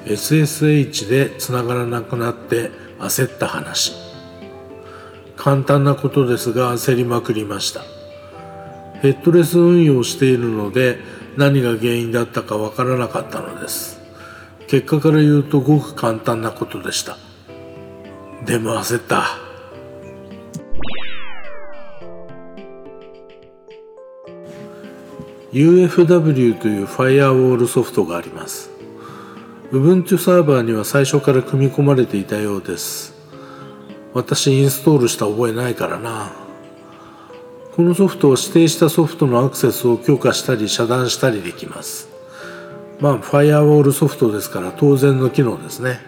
SSH でつながらなくなって焦った話。簡単なことですが焦りまくりました。ヘッドレス運用をしているので何が原因だったかわからなかったのです。結果から言うとごく簡単なことでした。でも焦った。UFW というファイアウォールソフトがあります。Ubuntu サーバーには最初から組み込まれていたようです。私インストールした覚えないからな。このソフトは指定したソフトのアクセスを許可したり遮断したりできます。ファイアウォールソフトですから当然の機能ですね。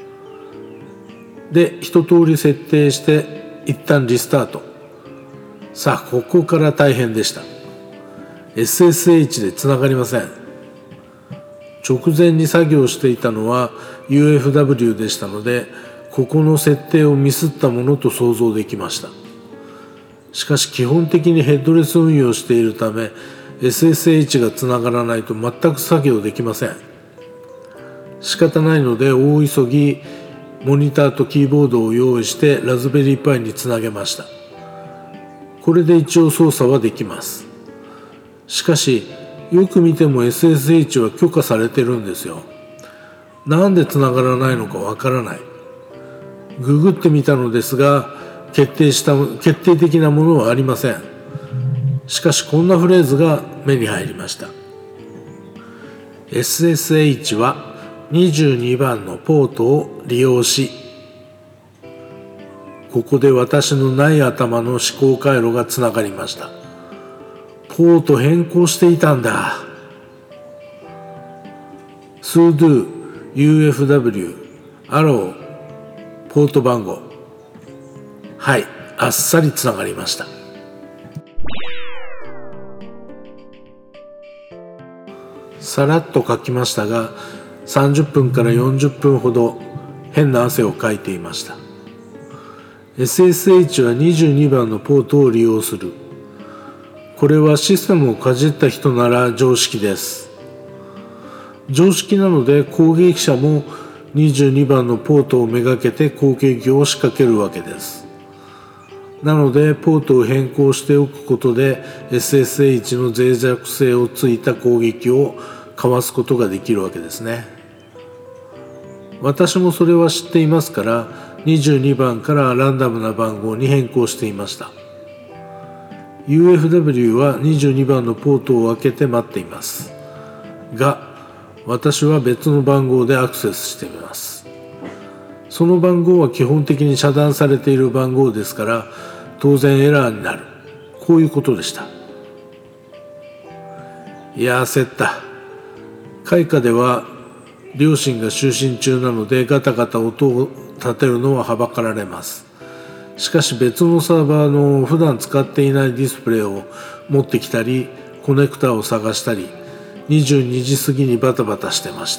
で、一通り設定して一旦リスタート。さあ、ここから大変でした。SSH でつながりません。直前に作業していたのは UFW でしたので、ここの設定をミスったものと想像できました。しかし基本的にヘッドレス運用しているため SSH がつながらないと全く作業できません。仕方ないので大急ぎモニターとキーボードを用意してラズベリーパイにつなげました。これで一応操作はできます。しかしよく見ても SSH は許可されてるんですよ。なんでつながらないのかわからない。ググってみたのですが決定的なものはありません。しかしこんなフレーズが目に入りました。 SSH は22番のポートを利用し。ここで私のない頭の思考回路がつながりました。ポート変更していたんだ。sudo UFW アローポート番号。はい、あっさりつながりました。さらっと書きましたが30分から40分ほど変な汗をかいていました。 SSH は22番のポートを利用する。これはシステムをかじった人なら常識です。常識なので攻撃者も22番のポートをめがけて攻撃を仕掛けるわけです。なのでポートを変更しておくことで SSH の脆弱性をついた攻撃をかわすことができるわけですね。私もそれは知っていますから22番からランダムな番号に変更していました。 UFW は22番のポートを開けて待っていますが私は別の番号でアクセスしています。その番号は基本的に遮断されている番号ですから当然エラーになる。こういうことでした。いや焦った。開花では両親が就寝中なのでガタガタ音を立てるのははばかられます。しかし別のサーバーの普段使っていないディスプレイを持ってきたりコネクタを探したり22時過ぎにバタバタしてました。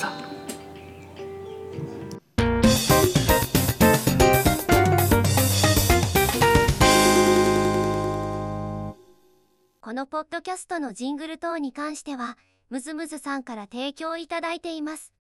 このポッドキャストのジングル等に関してはムズムズさんから提供いただいています。